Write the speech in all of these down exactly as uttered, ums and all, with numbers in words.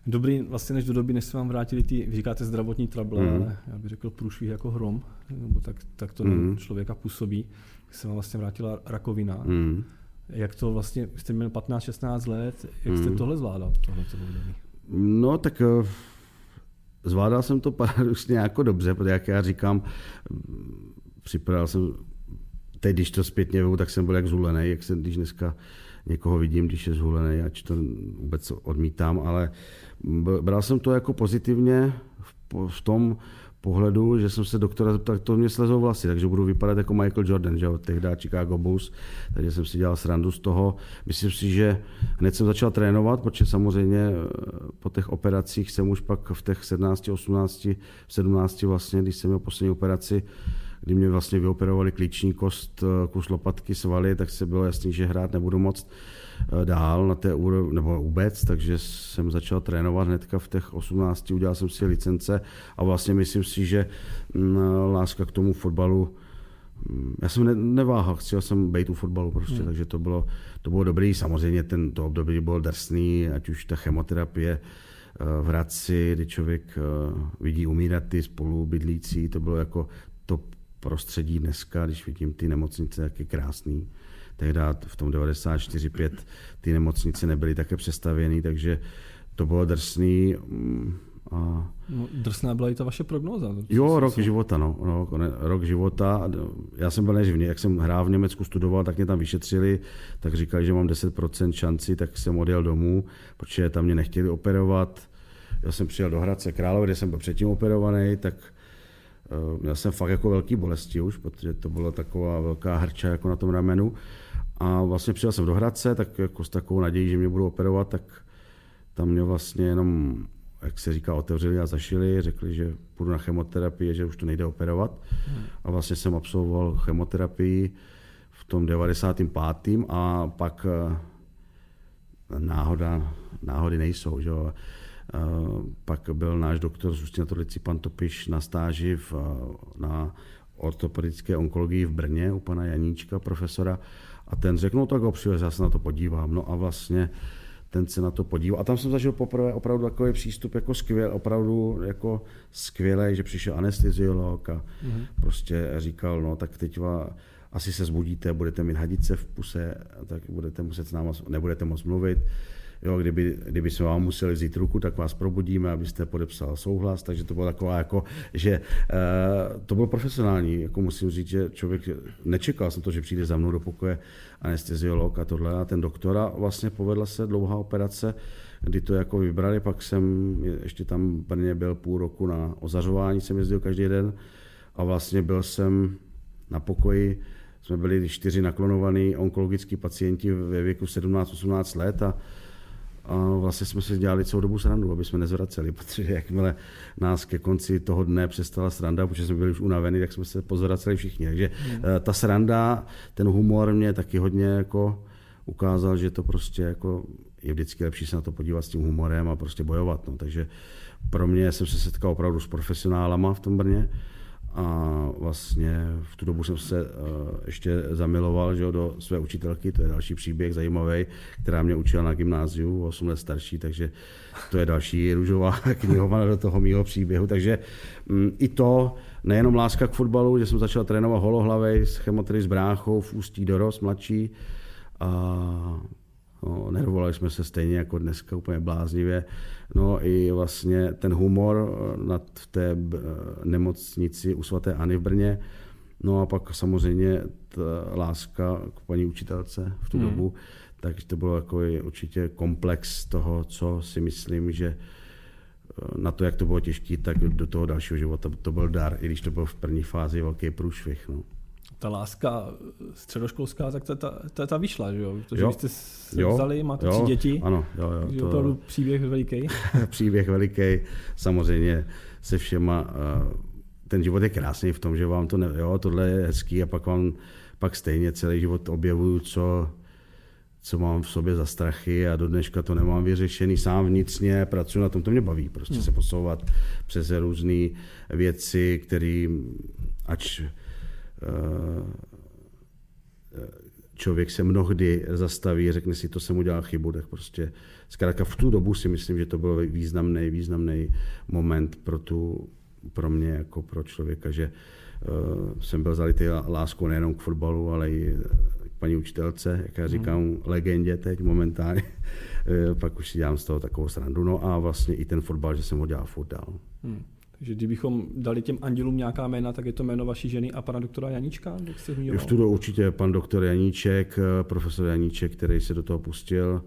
Dobrý, vlastně než do doby, než se vám vrátili ty, vy říkáte zdravotní trable, mm. ale já bych řekl průšvih jako hrom, nebo tak, tak to mm. člověka působí, když se vám vlastně vrátila rakovina. Mm. Jak to vlastně, jste měl patnáct šestnáct let, jak jste mm. tohle zvládal, tohleto období? No tak zvládal jsem to paradoxně jako dobře, protože jak já říkám, připadal jsem, teď když to zpětně vedu, tak jsem byl jak zhulený, jak jsem, když dneska někoho vidím, když je zhulený, ač to vůbec odmítám, ale bral jsem to jako pozitivně v, v tom pohledu, že jsem se doktora zeptal, to mě slezou vlasy, takže budu vypadat jako Michael Jordan, že od tehdy Chicago Bulls, takže jsem si dělal srandu z toho. Myslím si, že hned jsem začal trénovat, protože samozřejmě po těch operacích jsem už pak v těch sedmnácti, osmnácti, sedmnácti vlastně, když jsem měl poslední operaci, kdy mě vlastně vyoperovali klíční kost, kus lopatky, svaly, tak se bylo jasný, že hrát nebudu moc dál na té úrovni, nebo vůbec, takže jsem začal trénovat hnedka v těch osmnácti, udělal jsem si licence a vlastně myslím si, že láska k tomu fotbalu, já jsem ne, neváhal, chtěl jsem být u fotbalu prostě, hmm. takže to bylo, to bylo dobrý, samozřejmě ten, to období bylo drsný, ať už ta chemoterapie v Hradci, kdy člověk vidí umírat ty spolubydlící, to bylo jako to prostředí dneska, když vidím ty nemocnice, jak je krásný. Tehdy v tom devadesát čtyři pět ty nemocnice nebyly také přestavěný, takže to bylo drsný. A... No, drsná byla i ta vaše prognóza. Jo, rok jsou... života, no. no. Rok života. Já jsem byl neživný, jak jsem hrál v Německu, studoval, tak mě tam vyšetřili, tak říkali, že mám deset procent šanci, tak jsem odjel domů, protože tam mě nechtěli operovat. Já jsem přijel do Hradce Králové, kde jsem byl předtím operovaný, tak měl jsem fakt jako velký bolesti už, protože to byla taková velká hrča jako na tom ramenu. A vlastně přijel jsem do Hradce, tak jako s takovou nadějí, že mě budou operovat, tak tam mě vlastně jenom, jak se říká, otevřeli a zašili, řekli, že půjdu na chemoterapii, že už to nejde operovat. Hmm. A vlastně jsem absolvoval chemoterapii v tom devadesátém pátém a pak náhoda, náhody nejsou, že jo. Uh, pak byl náš doktor Zuzana Torlici, pan Topiš, na stáži v, na ortopedické onkologii v Brně u pana Janíčka, profesora, a ten řekl, no tak ho přivez, já se na to podívám. No a vlastně ten se na to podíval. A tam jsem zažil poprvé opravdu takový přístup jako skvěl, opravdu jako skvělý, že přišel anesteziolog a mm-hmm. prostě říkal, no tak teď vás, asi se zbudíte, budete mít hadice v puse, tak budete muset s náma, nebudete moc mluvit. Jo, kdyby, kdyby jsme vám museli vzít ruku, tak vás probudíme, abyste podepsal souhlas, takže to bylo taková jako, že uh, to bylo profesionální, jako musím říct, že člověk, nečekal jsem to, že přijde za mnou do pokoje anesteziolog a tohle a ten doktor a vlastně povedla se dlouhá operace, kdy to jako vybrali, pak jsem ještě tam v Brně byl půl roku na ozařování, jsem jezdil každý den a vlastně byl jsem na pokoji, jsme byli čtyři naklonovaní onkologický pacienti ve věku sedmnáct osmnáct let a A vlastně jsme si dělali celou dobu srandu, aby jsme nezvraceli, protože jakmile nás ke konci toho dne přestala sranda, protože jsme byli už unavení, tak jsme se pozvraceli všichni. Takže mm. ta sranda, ten humor mě taky hodně jako ukázal, že to prostě jako je vždycky lepší se na to podívat s tím humorem a prostě bojovat. No. Takže pro mě jsem se setkal opravdu s profesionálama v tom Brně. A vlastně v tu dobu jsem se uh, ještě zamiloval, že, do své učitelky, to je další příběh zajímavý, která mě učila na gymnáziu, osm let starší, takže to je další růžová knihovna do toho mýho příběhu. Takže um, i to, nejenom láska k fotbalu, že jsem začal trénovat holohlavej s chemoterapii s bráchou v Ústí dorost, mladší. A no, nervovali jsme se stejně jako dneska, úplně bláznivě. No i vlastně ten humor nad v té nemocnici u svaté Anny v Brně. No a pak samozřejmě ta láska k paní učitelce v tu hmm. dobu. Takže to bylo jako určitě komplex toho, co si myslím, že na to, jak to bylo těžké, tak do toho dalšího života to byl dar, i když to byl v první fázi velký průšvih. No. Ta láska středoškolská, tak ta, ta, ta, ta vyšla, že jo? Protože jo. vy jste se vzali, máte jo. tři děti. Ano, jo, jo. To... opravdu příběh veliký. Příběh veliký, samozřejmě se všema. Ten život je krásný v tom, že vám to, ne, jo, tohle je hezký a pak vám pak stejně celý život objevuju, co, co mám v sobě za strachy a do dneška to nemám vyřešený. Sám vnitřně pracuji na tom, to mě baví, prostě hmm. se posouvat přes různé věci, které ač člověk se mnohdy zastaví, řekne si, to jsem udělal chybu, tak prostě zkrátka v tu dobu si myslím, že to byl významný, významný moment pro, tu, pro mě jako pro člověka, že uh, jsem byl zalitý láskou nejenom k fotbalu, ale i k paní učitelce, jak já říkám, hmm. legendě teď momentálně. Pak už si dělám z toho takovou srandu. No a vlastně i ten fotbal, že jsem ho dělal furt dál. Hmm. Takže kdybychom dali těm andělům nějaká jména, tak je to jméno vaší ženy a pana doktora Janíčka? Jak jste zmiňoval? V tu určitě pan doktor Janíček, profesor Janíček, který se do toho pustil.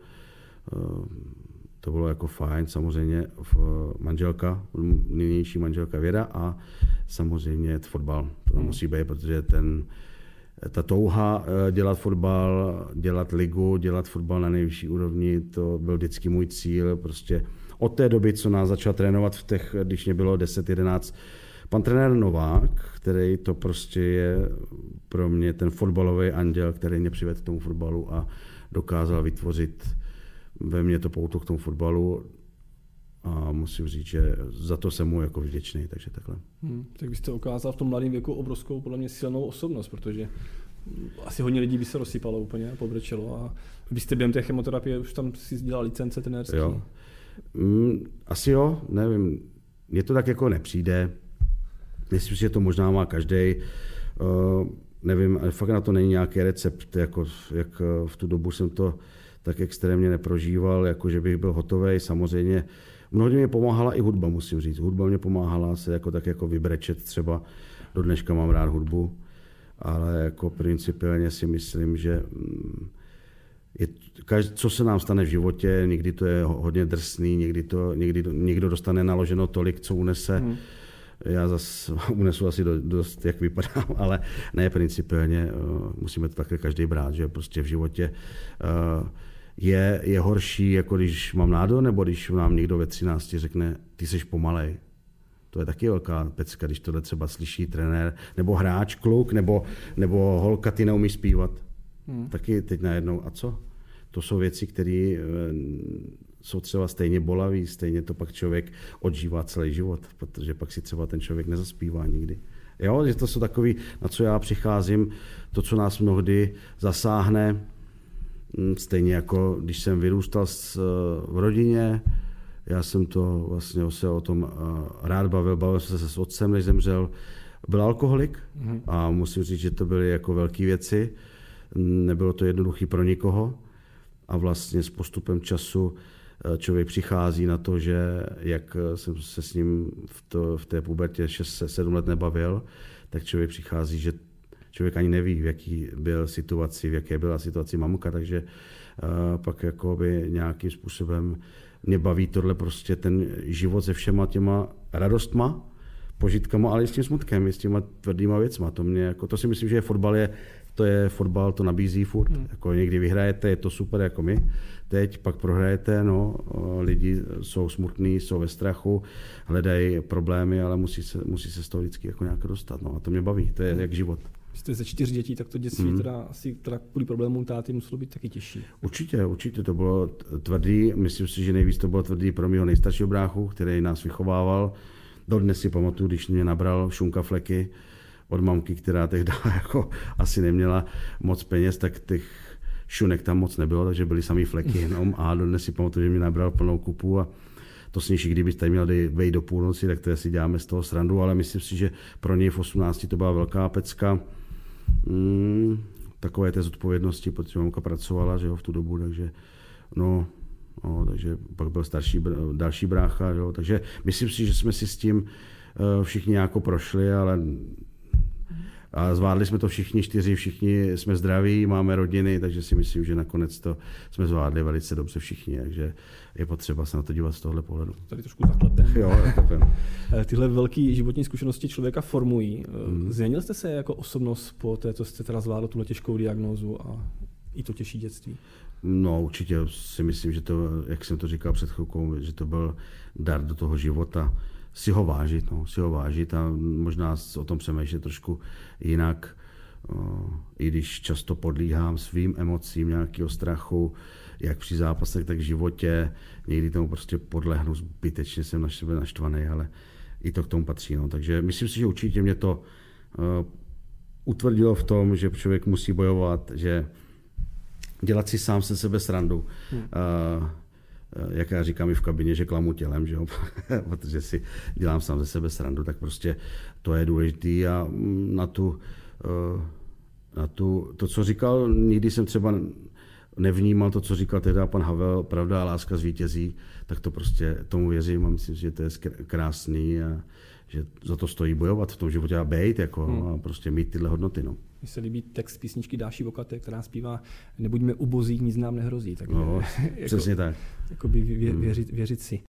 To bylo jako fajn, samozřejmě manželka, nynější manželka Věra a samozřejmě fotbal. To hmm. musí být, protože ten, ta touha dělat fotbal, dělat ligu, dělat fotbal na nejvyšší úrovni, to byl vždycky můj cíl. Prostě od té doby, co nás začal trénovat v těch, když mě bylo deset jedenáct, pan trenér Novák, který to prostě je pro mě ten fotbalový anděl, který mě přivedl k tomu fotbalu a dokázal vytvořit ve mně to pouto k tomu fotbalu a musím říct, že za to jsem mu jako vděčný, takže takhle. Hmm, tak byste ukázal v tom mladém věku obrovskou, podle mě silnou osobnost, protože asi hodně lidí by se rozsypalo úplně, pobrečelo a vy jste během té chemoterapie už tam si dělal licence trenérský. Jo. Mm, asi jo, nevím, mně to tak jako nepřijde, myslím si, že to možná má každý. Uh, nevím, ale fakt na to není nějaký recept, jako, jak v tu dobu jsem to tak extrémně neprožíval, jako že bych byl hotovej. Samozřejmě mnohdy mě pomáhala i hudba, musím říct. Hudba mě pomáhala se jako tak jako vybrečet, třeba do dneška mám rád hudbu, ale jako principiálně si myslím, že je, co se nám stane v životě, někdy to je hodně drsný, někdy to někdy, někdo dostane naloženo tolik, co unese. Hmm. Já zase unesu asi dost, jak vypadám, ale ne principiálně, musíme to takhle každý brát, že prostě v životě je, je horší, jako když mám nádor, nebo když nám někdo ve třinácti řekne, ty seš pomalej. To je taky velká pecka, když tohle třeba slyší trenér, nebo hráč, kluk, nebo, nebo holka, ty neumí zpívat. Hmm. Taky teď najednou, a co? To jsou věci, které jsou třeba stejně bolavé, stejně to pak člověk odžívá celý život, protože pak si třeba ten člověk nezaspívá nikdy. Jo, že to jsou takový, na co já přicházím, to, co nás mnohdy zasáhne, stejně jako když jsem vyrůstal v rodině, já jsem to vlastně se o tom rád bavil, bavil jsem se s otcem, než zemřel, byl alkoholik mm. a musím říct, že to byly jako velké věci, nebylo to jednoduché pro nikoho a vlastně s postupem času člověk přichází na to, že jak jsem se s ním v, to, v té pubertě šest sedm let nebavil, tak člověk přichází, že člověk ani neví, v jaký byl situaci, v jaké byla situaci mamka, takže uh, pak jakoby nějakým způsobem mě baví tohle prostě ten život se všema těma radostma, požitkama, ale i s tím smutkem, i s těma tvrdýma věcma. To, mě, jako, to si myslím, že fotbal je, to je fotbal, to nabízí furt. Hmm. Jako někdy vyhrajete, je to super jako my. Teď pak prohrajete, no, lidi jsou smutní, jsou ve strachu, hledají problémy, ale musí se, musí se z toho vždycky jako nějak dostat. No, a to mě baví, to je hmm. jak život. Jste ze čtyř dětí, tak to dětství hmm. teda asi teda kvůli problémům táty muselo být taky těžší. Určitě, určitě to bylo tvrdý. Myslím si, že nejvíc to bylo tvrdý pro mého nejstaršího bráchu, který nás vychovával. Dodnes si pamatuju, když mě nabral šunka fleky od mamky, která tehdy jako asi neměla moc peněz, tak těch šunek tam moc nebylo, takže byly samý fleky jenom. A dodnes si pamatuju, že mě nabral plnou kupu a to sníží, kdybyste tady měl vejít do půlnoci, tak to si děláme z toho srandu, ale myslím si, že pro něj v osmnácti to byla velká pecka. Hmm, takové té zodpovědnosti, protože mamka pracovala, že jo, v tu dobu, takže no, no takže pak byl starší, další brácha, jo, takže myslím si, že jsme si s tím uh, všichni nějak prošli, ale a zvládli jsme to všichni čtyři, všichni jsme zdraví, máme rodiny, takže si myslím, že nakonec to jsme zvládli velice dobře všichni, takže je potřeba se na to dívat z tohle pohledu. Tady trošku zaklepem. Jo, zaklepem. Tyhle velké životní zkušenosti člověka formují. Hmm. Změnil jste se jako osobnost po té, co jste teda zvládl tuhle těžkou diagnózu a i to těžší dětství? No určitě si myslím, že to, jak jsem to říkal před chvilkou, že to byl dar do toho života. Si ho vážit, no, si ho vážit a možná o tom přemýšlet trošku jinak, i když často podlíhám svým emocím, nějakého strachu, jak při zápasech, tak v životě, někdy tomu prostě podlehnu zbytečně, jsem na sebe naštvaný, ale i to k tomu patří, no. Takže myslím si, že určitě mě to uh, utvrdilo v tom, že člověk musí bojovat, že dělat si sám se sebe srandu. Hmm. Uh, jak já říkám i v kabině, že klamu tělem, že jo? Protože si dělám sám ze sebe srandu, tak prostě to je důležitý a na tu, na tu, to, co říkal, nikdy jsem třeba nevnímal to, co říkal tehdy pan Havel, pravda a láska zvítězí, tak to prostě tomu věřím a myslím si, že to je krásný a že za to stojí bojovat v tom životě a bejt jako, hmm. a prostě mít tyhle hodnoty. No. Mně se líbí text písničky Dáši Vokaté, která zpívá Nebuďme ubozí, nic nám nehrozí. Tak no, jako, přesně tak. Jakoby vě, věřit, věřit si.